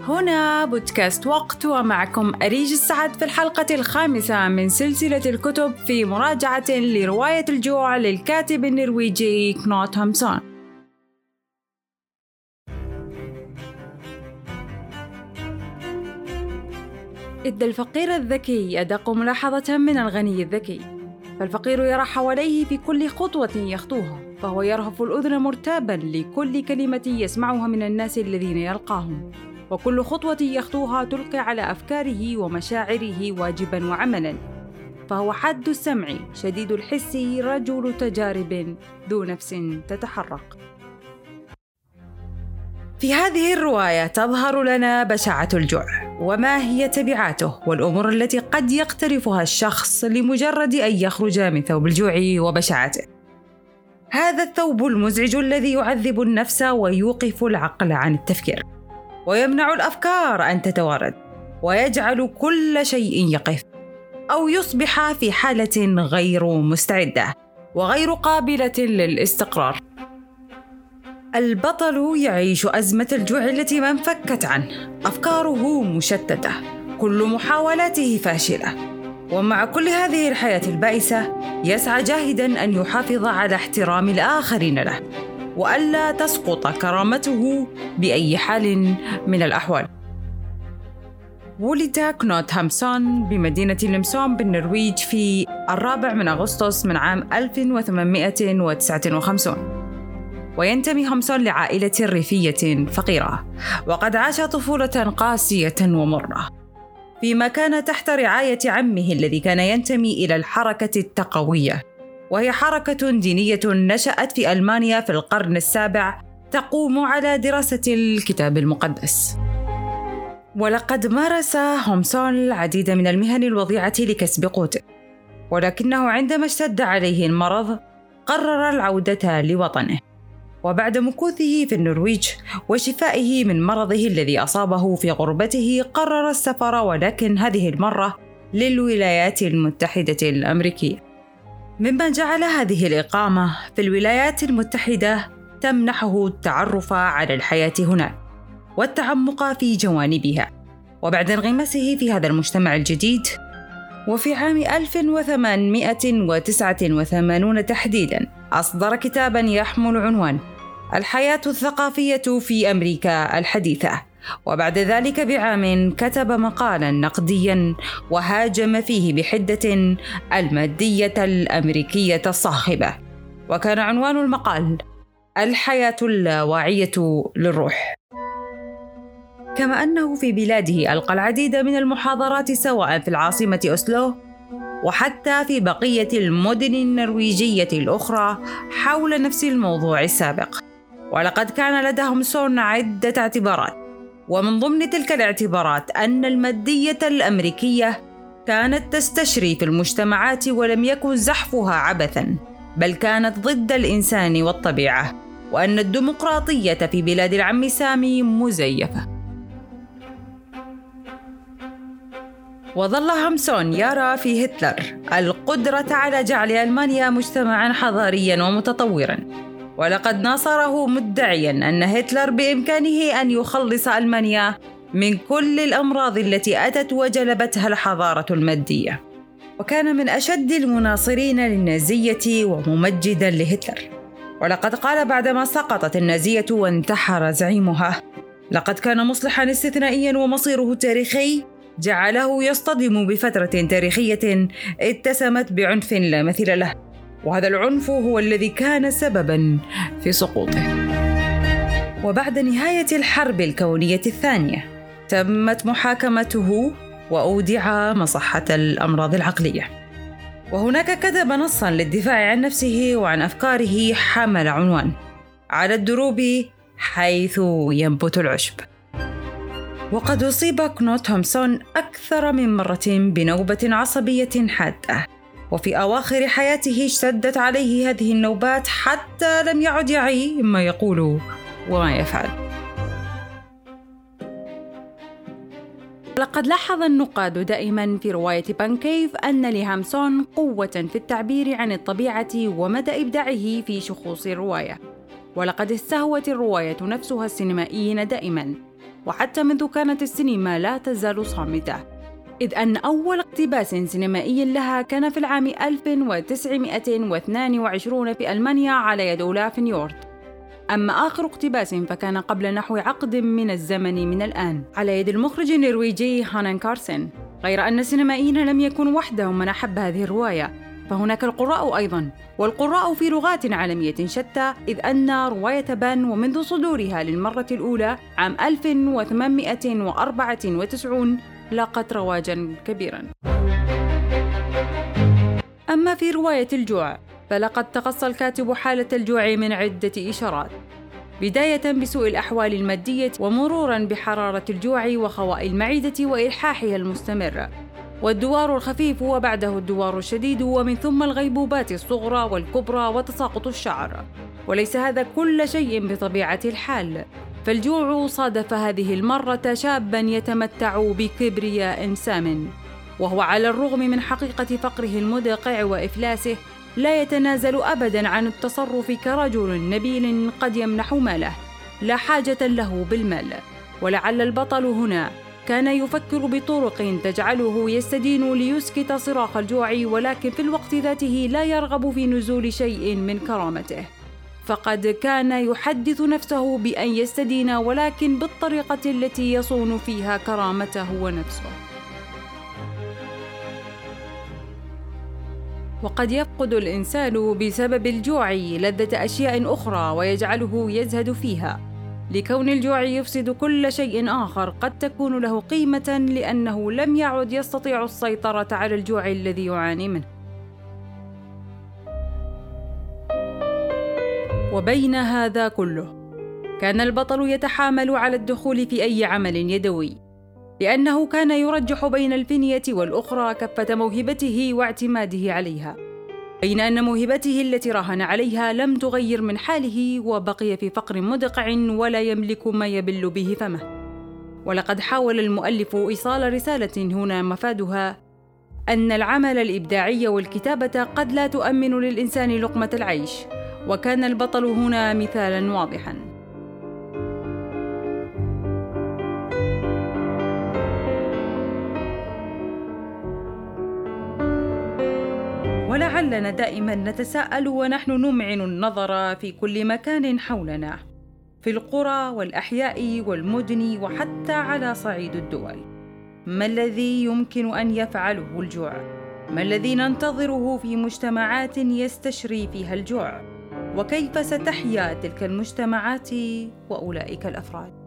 هنا بودكاست وقت، ومعكم أريج السعد في الحلقة 5 من سلسلة الكتب في مراجعة لرواية الجوع للكاتب النرويجي كنوت هامسون. إذ الفقير الذكي أدق ملاحظة من الغني الذكي، فالفقير يرى حواليه في كل خطوة يخطوها، فهو يرهف الأذن مرتاباً لكل كلمة يسمعها من الناس الذين يلقاهم، وكل خطوة يخطوها تلقي على أفكاره ومشاعره واجباً وعملاً، فهو حاد السمع شديد الحس رجل تجارب ذو نفس تتحرك. في هذه الرواية تظهر لنا بشاعة الجوع وما هي تبعاته، والأمور التي قد يقترفها الشخص لمجرد أن يخرج من ثوب الجوع وبشاعته. هذا الثوب المزعج الذي يعذب النفس ويوقف العقل عن التفكير، ويمنع الأفكار أن تتوارد، ويجعل كل شيء يقف أو يصبح في حالة غير مستعدة وغير قابلة للاستقرار. البطل يعيش أزمة الجوع التي ما انفكت عنه، أفكاره مشتتة، كل محاولاته فاشلة، ومع كل هذه الحياة البائسة يسعى جاهداً أن يحافظ على احترام الآخرين له، وألا تسقط كرامته بأي حال من الأحوال. ولد كنوت هامسون بمدينة لمسون بالنرويج في 4 أغسطس من عام 1859، وينتمي هامسون لعائلة ريفية فقيرة، وقد عاش طفولة قاسية ومرة، فيما كان تحت رعاية عمه الذي كان ينتمي إلى الحركة التقوية، وهي حركة دينية نشأت في ألمانيا في القرن السابع تقوم على دراسة الكتاب المقدس. ولقد مارس هامسون العديد من المهن الوضيعة لكسب قوته، ولكنه عندما اشتد عليه المرض قرر العودة لوطنه، وبعد مكوثه في النرويج وشفائه من مرضه الذي أصابه في غربته قرر السفر، ولكن هذه المرة للولايات المتحدة الأمريكية، مما جعل هذه الإقامة في الولايات المتحدة تمنحه التعرف على الحياة هناك والتعمق في جوانبها. وبعد انغماسه في هذا المجتمع الجديد، وفي عام 1889 تحديداً أصدر كتاباً يحمل عنوان الحياة الثقافية في أمريكا الحديثة، وبعد ذلك بعام كتب مقالاً نقدياً وهاجم فيه بحدة المادية الأمريكية الصاخبة، وكان عنوان المقال الحياة اللاواعية للروح. كما أنه في بلاده ألقى العديد من المحاضرات سواء في العاصمة أوسلو وحتى في بقية المدن النرويجية الأخرى حول نفس الموضوع السابق. ولقد كان لدى هامسون عدة اعتبارات، ومن ضمن تلك الاعتبارات أن المادية الأمريكية كانت تستشري في المجتمعات ولم يكن زحفها عبثاً، بل كانت ضد الإنسان والطبيعة، وأن الديمقراطية في بلاد العم سامي مزيفة. وظل هامسون يرى في هتلر القدرة على جعل ألمانيا مجتمعاً حضارياً ومتطوراً، ولقد ناصره مدعياً أن هتلر بإمكانه أن يخلص ألمانيا من كل الأمراض التي أتت وجلبتها الحضارة المادية، وكان من أشد المناصرين للنازية وممجداً لهتلر. ولقد قال بعدما سقطت النازية وانتحر زعيمها: لقد كان مصلحاً استثنائياً، ومصيره التاريخي جعله يصطدم بفترة تاريخية اتسمت بعنف لا مثيل له، وهذا العنف هو الذي كان سبباً في سقوطه. وبعد نهاية الحرب الكونية الثانية تمت محاكمته وأودع مصحة الأمراض العقلية، وهناك كتب نصاً للدفاع عن نفسه وعن أفكاره حمل عنوان على الدروب حيث ينبت العشب. وقد أصيب كنوت هامسون أكثر من مرة بنوبة عصبية حادة، وفي أواخر حياته اشتدت عليه هذه النوبات حتى لم يعد يعي ما يقول وما يفعل. لقد لاحظ النقاد دائما في رواية بانكيف أن لهامسون قوة في التعبير عن الطبيعة ومدى إبداعه في شخوص الرواية، ولقد استهوت الرواية نفسها السينمائيين دائما، وحتى منذ كانت السينما لا تزال صامتة، إذ أن أول اقتباس سينمائي لها كان في العام 1922 في ألمانيا على يد أولاف نيورد. أما آخر اقتباس فكان قبل نحو عقد من الزمن من الآن على يد المخرج النرويجي هانن كارسن. غير أن السينمائيين لم يكونوا وحدهم من أحب هذه الرواية، فهناك القراء أيضاً، والقراء في لغات عالمية شتى، إذ أن رواية بان ومنذ صدورها للمرة الأولى عام 1894 لاقت رواجاً كبيراً. أما في رواية الجوع فلقد تقص الكاتب حالة الجوع من عدة إشارات، بداية بسوء الأحوال المادية ومروراً بحرارة الجوع وخواء المعدة وإلحاحها المستمر، والدوار الخفيف وبعده الدوار الشديد، ومن ثم الغيبوبات الصغرى والكبرى وتساقط الشعر. وليس هذا كل شيء بطبيعة الحال، فالجوع صادف هذه المرة شاباً يتمتع بكبرياء سام، وهو على الرغم من حقيقة فقره المدقع وإفلاسه لا يتنازل أبداً عن التصرف كرجل نبيل قد يمنح ماله لا حاجة له بالمال. ولعل البطل هنا كان يفكر بطرق تجعله يستدين ليسكت صراخ الجوع، ولكن في الوقت ذاته لا يرغب في نزول شيء من كرامته، فقد كان يحدث نفسه بأن يستدين، ولكن بالطريقة التي يصون فيها كرامته ونفسه. وقد يفقد الإنسان بسبب الجوع لذة أشياء أخرى ويجعله يزهد فيها، لكون الجوع يفسد كل شيء آخر قد تكون له قيمة، لأنه لم يعد يستطيع السيطرة على الجوع الذي يعاني منه. وبين هذا كله كان البطل يتحامل على الدخول في أي عمل يدوي، لأنه كان يرجح بين الفنية والأخرى كفة موهبته واعتماده عليها، بين أن موهبته التي راهن عليها لم تغير من حاله وبقي في فقر مدقع ولا يملك ما يبل به فمه. ولقد حاول المؤلف إيصال رسالة هنا مفادها أن العمل الإبداعي والكتابة قد لا تؤمن للإنسان لقمة العيش، وكان البطل هنا مثالاً واضحاً. ولعلنا دائماً نتساءل ونحن نمعن النظر في كل مكان حولنا، في القرى والأحياء والمدن وحتى على صعيد الدول، ما الذي يمكن أن يفعله الجوع؟ ما الذي ننتظره في مجتمعات يستشري فيها الجوع؟ وكيف ستحيا تلك المجتمعات وأولئك الأفراد؟